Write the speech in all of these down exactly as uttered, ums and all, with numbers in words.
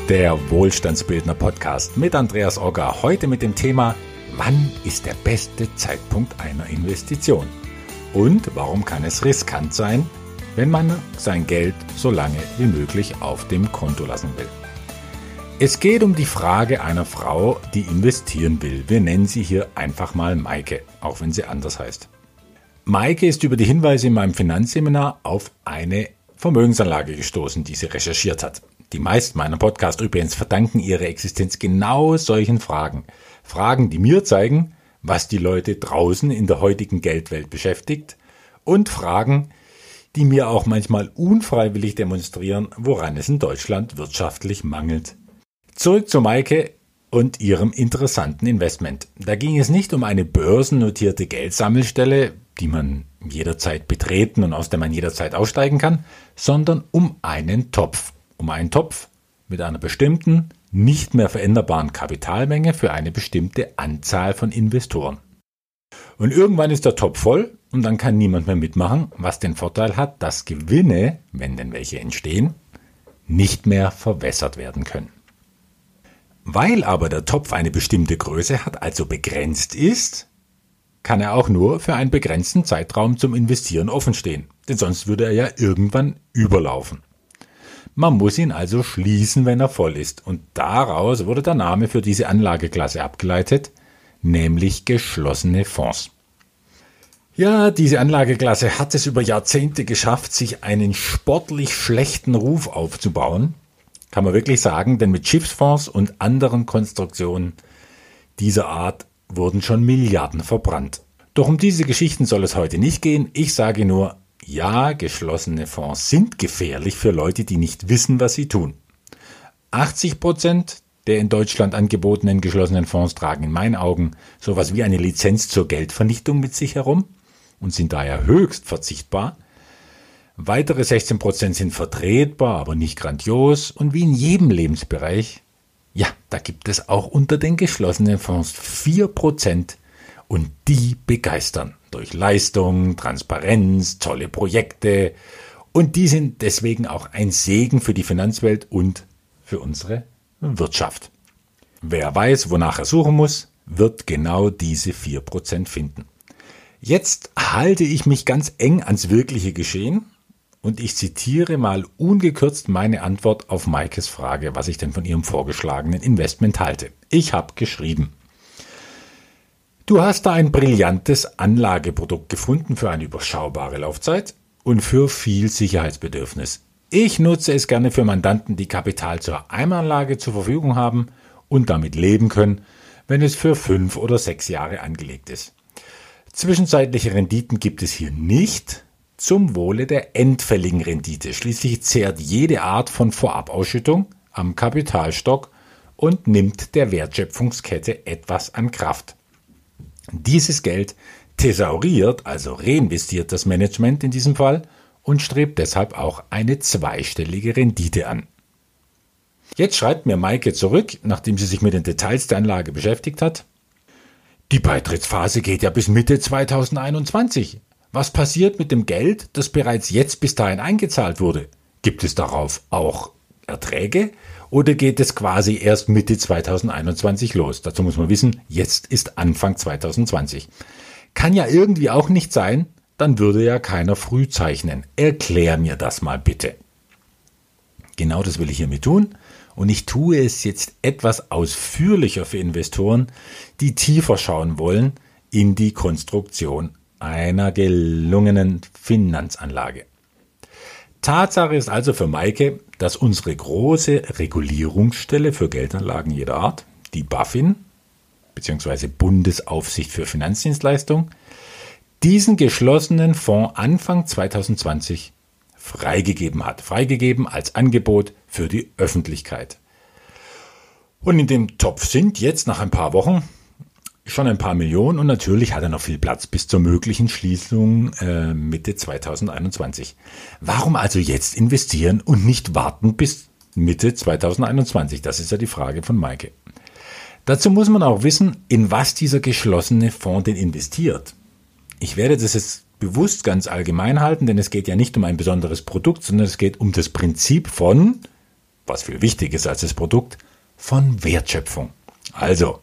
Der Wohlstandsbildner Podcast mit Andreas Ogger. Heute mit dem Thema: Wann ist der beste Zeitpunkt einer Investition? Und warum kann es riskant sein, wenn man sein Geld so lange wie möglich auf dem Konto lassen will? Es geht um die Frage einer Frau, die investieren will. Wir nennen sie hier einfach mal Maike, auch wenn sie anders heißt. Maike ist über die Hinweise in meinem Finanzseminar auf eine Vermögensanlage gestoßen, die sie recherchiert hat. Die meisten meiner Podcasts übrigens verdanken ihre Existenz genau solchen Fragen. Fragen, die mir zeigen, was die Leute draußen in der heutigen Geldwelt beschäftigt, und Fragen, die mir auch manchmal unfreiwillig demonstrieren, woran es in Deutschland wirtschaftlich mangelt. Zurück zu Maike und ihrem interessanten Investment. Da ging es nicht um eine börsennotierte Geldsammelstelle, die man jederzeit betreten und aus der man jederzeit aussteigen kann, sondern um einen Topf. Um einen Topf mit einer bestimmten, nicht mehr veränderbaren Kapitalmenge für eine bestimmte Anzahl von Investoren. Und irgendwann ist der Topf voll und dann kann niemand mehr mitmachen, was den Vorteil hat, dass Gewinne, wenn denn welche entstehen, nicht mehr verwässert werden können. Weil aber der Topf eine bestimmte Größe hat, also begrenzt ist, kann er auch nur für einen begrenzten Zeitraum zum Investieren offenstehen, denn sonst würde er ja irgendwann überlaufen. Man muss ihn also schließen, wenn er voll ist, und daraus wurde der Name für diese Anlageklasse abgeleitet, nämlich geschlossene Fonds. Ja, diese Anlageklasse hat es über Jahrzehnte geschafft, sich einen sportlich schlechten Ruf aufzubauen, kann man wirklich sagen, denn mit Schiffsfonds und anderen Konstruktionen dieser Art wurden schon Milliarden verbrannt. Doch um diese Geschichten soll es heute nicht gehen. Ich sage nur, ja, geschlossene Fonds sind gefährlich für Leute, die nicht wissen, was sie tun. achtzig Prozent der in Deutschland angebotenen geschlossenen Fonds tragen in meinen Augen sowas wie eine Lizenz zur Geldvernichtung mit sich herum und sind daher höchst verzichtbar. Weitere sechzehn Prozent sind vertretbar, aber nicht grandios, und wie in jedem Lebensbereich, ja, da gibt es auch unter den geschlossenen Fonds vier Prozent, und die begeistern durch Leistung, Transparenz, tolle Projekte, und die sind deswegen auch ein Segen für die Finanzwelt und für unsere Wirtschaft. Wer weiß, wonach er suchen muss, wird genau diese vier Prozent finden. Jetzt halte ich mich ganz eng ans wirkliche Geschehen und ich zitiere mal ungekürzt meine Antwort auf Maikes Frage, was ich denn von ihrem vorgeschlagenen Investment halte. Ich habe geschrieben: Du hast da ein brillantes Anlageprodukt gefunden für eine überschaubare Laufzeit und für viel Sicherheitsbedürfnis. Ich nutze es gerne für Mandanten, die Kapital zur Einmalanlage zur Verfügung haben und damit leben können, wenn es für fünf oder sechs Jahre angelegt ist. Zwischenzeitliche Renditen gibt es hier nicht, zum Wohle der endfälligen Rendite. Schließlich zehrt jede Art von Vorabausschüttung am Kapitalstock und nimmt der Wertschöpfungskette etwas an Kraft. Dieses Geld thesauriert, also reinvestiert das Management in diesem Fall, und strebt deshalb auch eine zweistellige Rendite an. Jetzt schreibt mir Maike zurück, nachdem sie sich mit den Details der Anlage beschäftigt hat: Die Beitrittsphase geht ja bis Mitte zweitausendeinundzwanzig. Was passiert mit dem Geld, das bereits jetzt bis dahin eingezahlt wurde? Gibt es darauf auch Erträge oder geht es quasi erst Mitte zweitausendeinundzwanzig los? Dazu muss man wissen, jetzt ist Anfang zweitausendzwanzig. Kann ja irgendwie auch nicht sein, dann würde ja keiner frühzeichnen. Erklär mir das mal bitte. Genau das will ich hiermit tun, und ich tue es jetzt etwas ausführlicher für Investoren, die tiefer schauen wollen in die Konstruktion einer gelungenen Finanzanlage. Tatsache ist also für Maike, dass unsere große Regulierungsstelle für Geldanlagen jeder Art, die BaFin, bzw. Bundesaufsicht für Finanzdienstleistungen, diesen geschlossenen Fonds Anfang zweitausendzwanzig freigegeben hat. Freigegeben als Angebot für die Öffentlichkeit. Und in dem Topf sind jetzt nach ein paar Wochen schon ein paar Millionen, und natürlich hat er noch viel Platz bis zur möglichen Schließung äh, Mitte zweitausendeinundzwanzig. Warum also jetzt investieren und nicht warten bis Mitte zweitausendeinundzwanzig? Das ist ja die Frage von Maike. Dazu muss man auch wissen, in was dieser geschlossene Fonds denn investiert. Ich werde das jetzt bewusst ganz allgemein halten, denn es geht ja nicht um ein besonderes Produkt, sondern es geht um das Prinzip von was viel wichtiger ist als das Produkt, von Wertschöpfung. Also,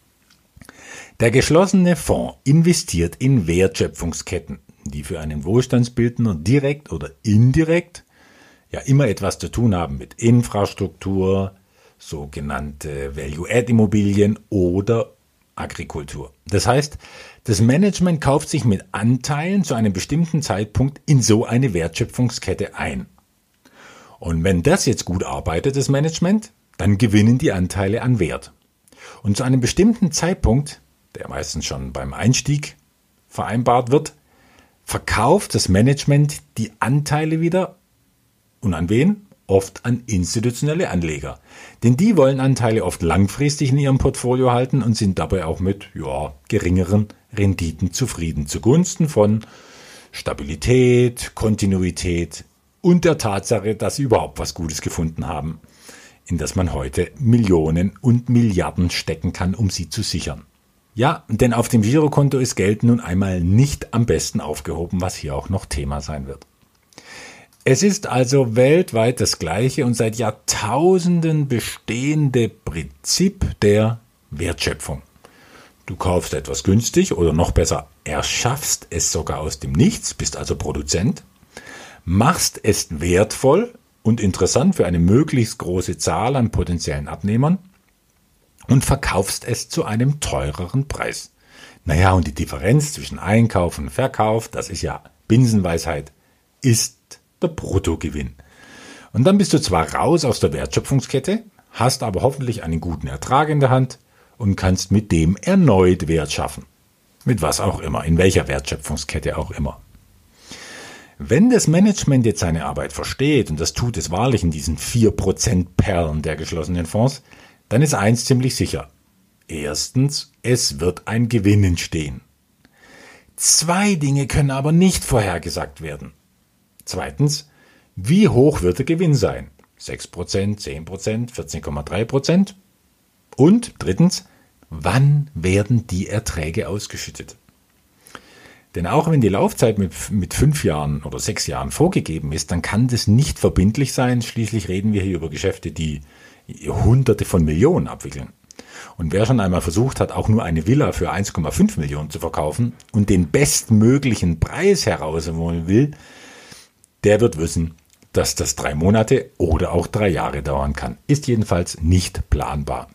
der geschlossene Fonds investiert in Wertschöpfungsketten, die für einen Wohlstandsbildner direkt oder indirekt ja immer etwas zu tun haben mit Infrastruktur, sogenannte Value-Add-Immobilien oder Agrikultur. Das heißt, das Management kauft sich mit Anteilen zu einem bestimmten Zeitpunkt in so eine Wertschöpfungskette ein. Und wenn das jetzt gut arbeitet, das Management, dann gewinnen die Anteile an Wert. Und zu einem bestimmten Zeitpunkt, der meistens schon beim Einstieg vereinbart wird, verkauft das Management die Anteile wieder. Und an wen? Oft an institutionelle Anleger. Denn die wollen Anteile oft langfristig in ihrem Portfolio halten und sind dabei auch mit ja, geringeren Renditen zufrieden. Zugunsten von Stabilität, Kontinuität und der Tatsache, dass sie überhaupt was Gutes gefunden haben, in das man heute Millionen und Milliarden stecken kann, um sie zu sichern. Ja, denn auf dem Girokonto ist Geld nun einmal nicht am besten aufgehoben, was hier auch noch Thema sein wird. Es ist also weltweit das gleiche und seit Jahrtausenden bestehende Prinzip der Wertschöpfung. Du kaufst etwas günstig oder noch besser erschaffst es sogar aus dem Nichts, bist also Produzent, machst es wertvoll und interessant für eine möglichst große Zahl an potenziellen Abnehmern und verkaufst es zu einem teureren Preis. Naja, und die Differenz zwischen Einkauf und Verkauf, das ist ja Binsenweisheit, ist der Bruttogewinn. Und dann bist du zwar raus aus der Wertschöpfungskette, hast aber hoffentlich einen guten Ertrag in der Hand und kannst mit dem erneut Wert schaffen. Mit was auch immer, in welcher Wertschöpfungskette auch immer. Wenn das Management jetzt seine Arbeit versteht, und das tut es wahrlich in diesen vier Prozent Perlen der geschlossenen Fonds, dann ist eins ziemlich sicher. Erstens, es wird ein Gewinn entstehen. Zwei Dinge können aber nicht vorhergesagt werden. Zweitens, wie hoch wird der Gewinn sein? sechs Prozent, zehn Prozent, vierzehn Komma drei Prozent? Und drittens, wann werden die Erträge ausgeschüttet? Denn auch wenn die Laufzeit mit, mit fünf Jahren oder sechs Jahren vorgegeben ist, dann kann das nicht verbindlich sein. Schließlich reden wir hier über Geschäfte, die Hunderte von Millionen abwickeln. Und wer schon einmal versucht hat, auch nur eine Villa für eins Komma fünf Millionen zu verkaufen und den bestmöglichen Preis herausholen will, der wird wissen, dass das drei Monate oder auch drei Jahre dauern kann. Ist jedenfalls nicht planbar.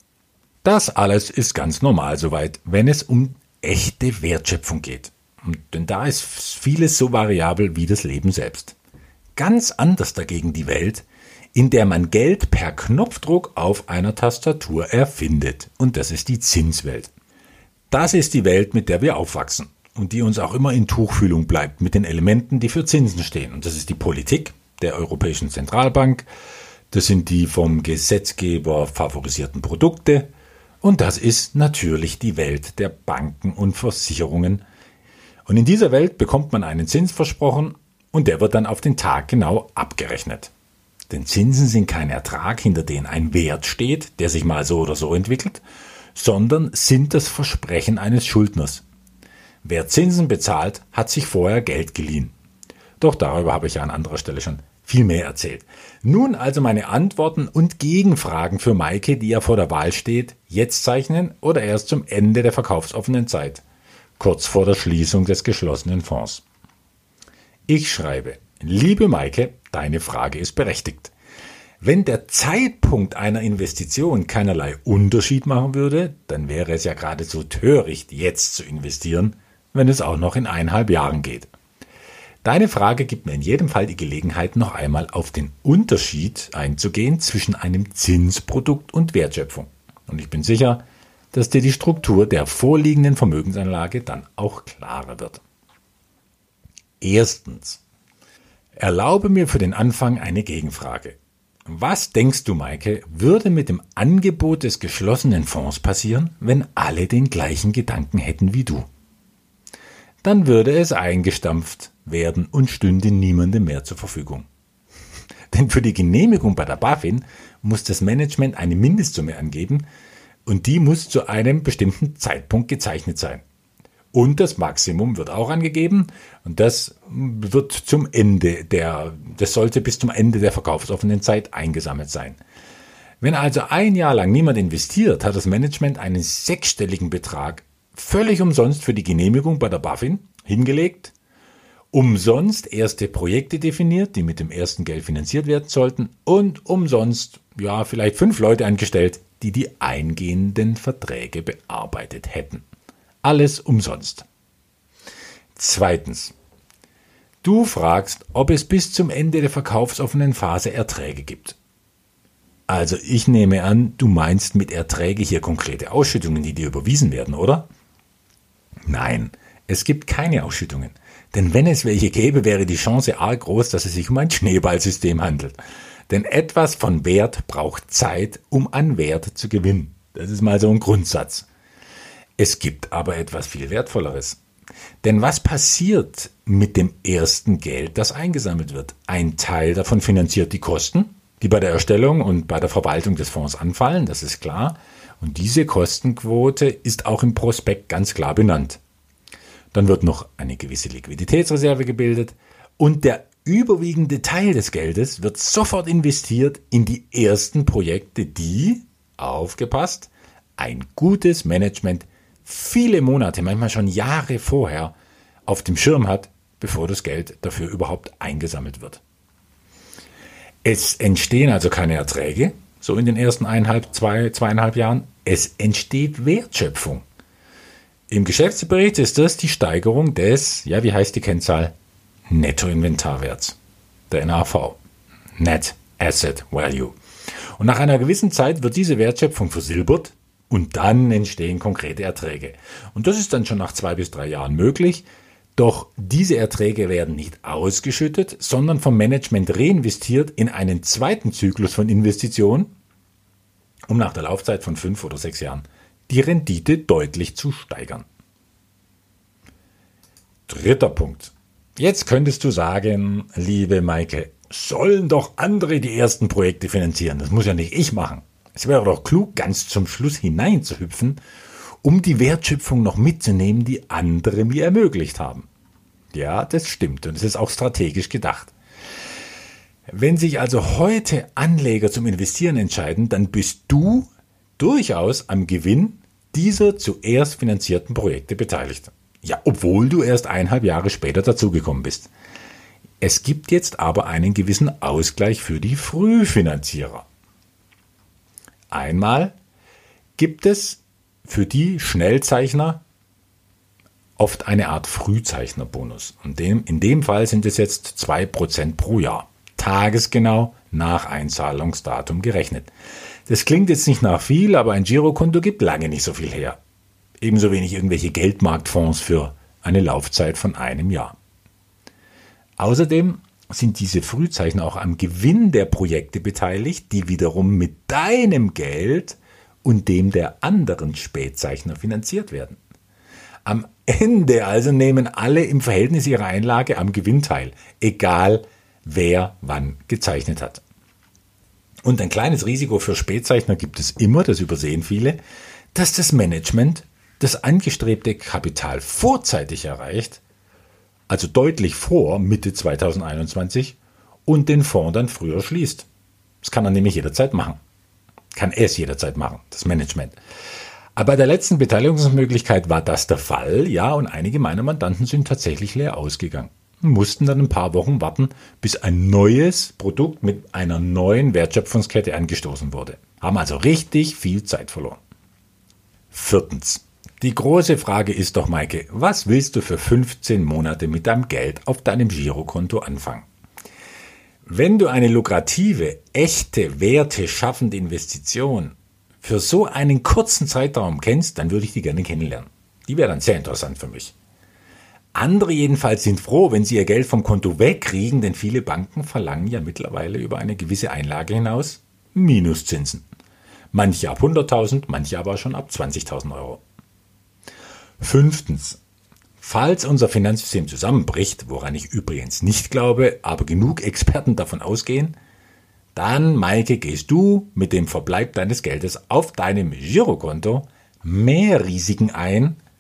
Das alles ist ganz normal soweit, wenn es um echte Wertschöpfung geht. Und denn da ist vieles so variabel wie das Leben selbst. Ganz anders dagegen die Welt, in der man Geld per Knopfdruck auf einer Tastatur erfindet. Und das ist die Zinswelt. Das ist die Welt, mit der wir aufwachsen und die uns auch immer in Tuchfühlung bleibt mit den Elementen, die für Zinsen stehen. Und das ist die Politik der Europäischen Zentralbank, das sind die vom Gesetzgeber favorisierten Produkte und das ist natürlich die Welt der Banken und Versicherungen. Und in dieser Welt bekommt man einen Zins versprochen und der wird dann auf den Tag genau abgerechnet. Denn Zinsen sind kein Ertrag, hinter dem ein Wert steht, der sich mal so oder so entwickelt, sondern sind das Versprechen eines Schuldners. Wer Zinsen bezahlt, hat sich vorher Geld geliehen. Doch darüber habe ich ja an anderer Stelle schon viel mehr erzählt. Nun also meine Antworten und Gegenfragen für Maike, die ja vor der Wahl steht, jetzt zeichnen oder erst zum Ende der verkaufsoffenen Zeit, kurz vor der Schließung des geschlossenen Fonds. Ich schreibe, liebe Maike, deine Frage ist berechtigt. Wenn der Zeitpunkt einer Investition keinerlei Unterschied machen würde, dann wäre es ja geradezu töricht, jetzt zu investieren, wenn es auch noch in eineinhalb Jahren geht. Deine Frage gibt mir in jedem Fall die Gelegenheit, noch einmal auf den Unterschied einzugehen zwischen einem Zinsprodukt und Wertschöpfung. Und ich bin sicher, dass dir die Struktur der vorliegenden Vermögensanlage dann auch klarer wird. Erstens. Erlaube mir für den Anfang eine Gegenfrage. Was denkst du, Maike, würde mit dem Angebot des geschlossenen Fonds passieren, wenn alle den gleichen Gedanken hätten wie du? Dann würde es eingestampft werden und stünde niemandem mehr zur Verfügung. Denn für die Genehmigung bei der BaFin muss das Management eine Mindestsumme angeben und die muss zu einem bestimmten Zeitpunkt gezeichnet sein. Und das Maximum wird auch angegeben und das wird zum Ende der, das sollte bis zum Ende der verkaufsoffenen Zeit eingesammelt sein. Wenn also ein Jahr lang niemand investiert, hat das Management einen sechsstelligen Betrag völlig umsonst für die Genehmigung bei der BaFin hingelegt, umsonst erste Projekte definiert, die mit dem ersten Geld finanziert werden sollten und umsonst, ja, vielleicht fünf Leute angestellt, die die eingehenden Verträge bearbeitet hätten. Alles umsonst. Zweitens. Du fragst, ob es bis zum Ende der verkaufsoffenen Phase Erträge gibt. Also ich nehme an, du meinst mit Erträge hier konkrete Ausschüttungen, die dir überwiesen werden, oder? Nein, es gibt keine Ausschüttungen. Denn wenn es welche gäbe, wäre die Chance arg groß, dass es sich um ein Schneeballsystem handelt. Denn etwas von Wert braucht Zeit, um an Wert zu gewinnen. Das ist mal so ein Grundsatz. Es gibt aber etwas viel Wertvolleres. Denn was passiert mit dem ersten Geld, das eingesammelt wird? Ein Teil davon finanziert die Kosten, die bei der Erstellung und bei der Verwaltung des Fonds anfallen, das ist klar. Und diese Kostenquote ist auch im Prospekt ganz klar benannt. Dann wird noch eine gewisse Liquiditätsreserve gebildet und der überwiegende Teil des Geldes wird sofort investiert in die ersten Projekte, die, aufgepasst, ein gutes Management viele Monate, manchmal schon Jahre vorher auf dem Schirm hat, bevor das Geld dafür überhaupt eingesammelt wird. Es entstehen also keine Erträge, so in den ersten eineinhalb, zwei, zweieinhalb Jahren. Es entsteht Wertschöpfung. Im Geschäftsbericht ist das die Steigerung des, ja, wie heißt die Kennzahl? Nettoinventarwerts, der N A V, Net Asset Value. Und nach einer gewissen Zeit wird diese Wertschöpfung versilbert und dann entstehen konkrete Erträge. Und das ist dann schon nach zwei bis drei Jahren möglich. Doch diese Erträge werden nicht ausgeschüttet, sondern vom Management reinvestiert in einen zweiten Zyklus von Investitionen, um nach der Laufzeit von fünf oder sechs Jahren die Rendite deutlich zu steigern. Dritter Punkt. Jetzt könntest du sagen, liebe Maike, sollen doch andere die ersten Projekte finanzieren. Das muss ja nicht ich machen. Es wäre doch klug, ganz zum Schluss hineinzuhüpfen, um die Wertschöpfung noch mitzunehmen, die andere mir ermöglicht haben. Ja, das stimmt und es ist auch strategisch gedacht. Wenn sich also heute Anleger zum Investieren entscheiden, dann bist du durchaus am Gewinn dieser zuerst finanzierten Projekte beteiligt. Ja, obwohl du erst eineinhalb Jahre später dazugekommen bist. Es gibt jetzt aber einen gewissen Ausgleich für die Frühfinanzierer. Einmal gibt es für die Schnellzeichner oft eine Art Frühzeichnerbonus. Und dem, in dem Fall sind es jetzt zwei Prozent pro Jahr, tagesgenau nach Einzahlungsdatum gerechnet. Das klingt jetzt nicht nach viel, aber ein Girokonto gibt lange nicht so viel her. Ebenso wenig irgendwelche Geldmarktfonds für eine Laufzeit von einem Jahr. Außerdem sind diese Frühzeichner auch am Gewinn der Projekte beteiligt, die wiederum mit deinem Geld und dem der anderen Spätzeichner finanziert werden. Am Ende also nehmen alle im Verhältnis ihrer Einlage am Gewinn teil, egal wer wann gezeichnet hat. Und ein kleines Risiko für Spätzeichner gibt es immer, das übersehen viele, dass das Management das angestrebte Kapital vorzeitig erreicht, also deutlich vor Mitte zweitausendeinundzwanzig und den Fonds dann früher schließt. Das kann er nämlich jederzeit machen. Kann es jederzeit machen, das Management. Aber bei der letzten Beteiligungsmöglichkeit war das der Fall, ja, und einige meiner Mandanten sind tatsächlich leer ausgegangen. Mussten dann ein paar Wochen warten, bis ein neues Produkt mit einer neuen Wertschöpfungskette angestoßen wurde. Haben also richtig viel Zeit verloren. Viertens. Die große Frage ist doch, Maike, was willst du für fünfzehn Monate mit deinem Geld auf deinem Girokonto anfangen? Wenn du eine lukrative, echte, werteschaffende Investition für so einen kurzen Zeitraum kennst, dann würde ich die gerne kennenlernen. Die wäre dann sehr interessant für mich. Andere jedenfalls sind froh, wenn sie ihr Geld vom Konto wegkriegen, denn viele Banken verlangen ja mittlerweile über eine gewisse Einlage hinaus Minuszinsen. Manche ab hunderttausend, manche aber schon ab zwanzigtausend Euro. Fünftens. Falls unser Finanzsystem zusammenbricht, woran ich übrigens nicht glaube, aber genug Experten davon ausgehen, dann, Maike, gehst du mit dem Verbleib deines Geldes auf deinem Girokonto mehr Risiken ein,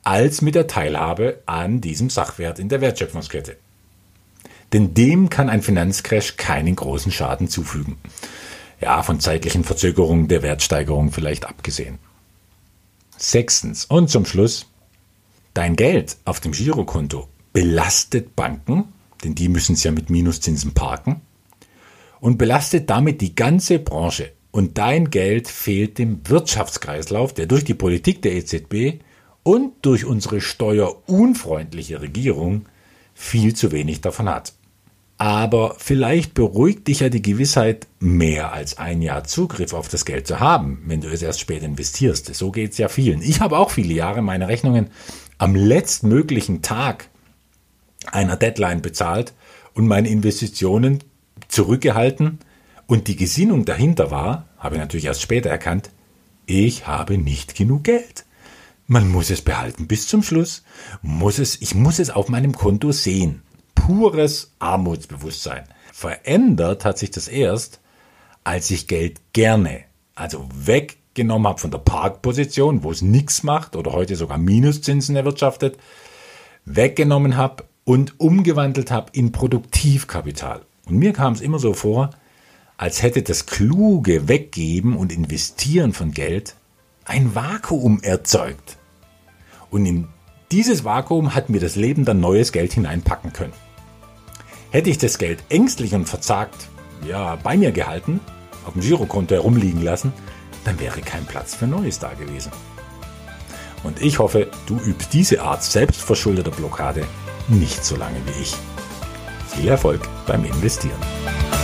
als mit der Teilhabe an diesem Sachwert in der Wertschöpfungskette. Denn dem kann ein Finanzcrash keinen großen Schaden zufügen. Ja, von zeitlichen Verzögerungen der Wertsteigerung vielleicht abgesehen. Sechstens und zum Schluss, dein Geld auf dem Girokonto belastet Banken, denn die müssen es ja mit Minuszinsen parken, und belastet damit die ganze Branche. Und dein Geld fehlt dem Wirtschaftskreislauf, der durch die Politik der E Z B und durch unsere steuerunfreundliche Regierung viel zu wenig davon hat. Aber vielleicht beruhigt dich ja die Gewissheit, mehr als ein Jahr Zugriff auf das Geld zu haben, wenn du es erst spät investierst. So geht es ja vielen. Ich habe auch viele Jahre meine Rechnungen am letztmöglichen Tag einer Deadline bezahlt und meine Investitionen zurückgehalten. Und die Gesinnung dahinter war, habe ich natürlich erst später erkannt, ich habe nicht genug Geld. Man muss es behalten bis zum Schluss. Muss es, ich muss es auf meinem Konto sehen. Pures Armutsbewusstsein. Verändert hat sich das erst, als ich Geld gerne, also weggenommen habe von der Parkposition, wo es nichts macht oder heute sogar Minuszinsen erwirtschaftet, weggenommen habe und umgewandelt habe in Produktivkapital. Und mir kam es immer so vor, als hätte das kluge Weggeben und Investieren von Geld ein Vakuum erzeugt. Und in dieses Vakuum hat mir das Leben dann neues Geld hineinpacken können. Hätte ich das Geld ängstlich und verzagt ja, bei mir gehalten, auf dem Girokonto herumliegen lassen, dann wäre kein Platz für Neues da gewesen. Und ich hoffe, du übst diese Art selbstverschuldeter Blockade nicht so lange wie ich. Viel Erfolg beim Investieren.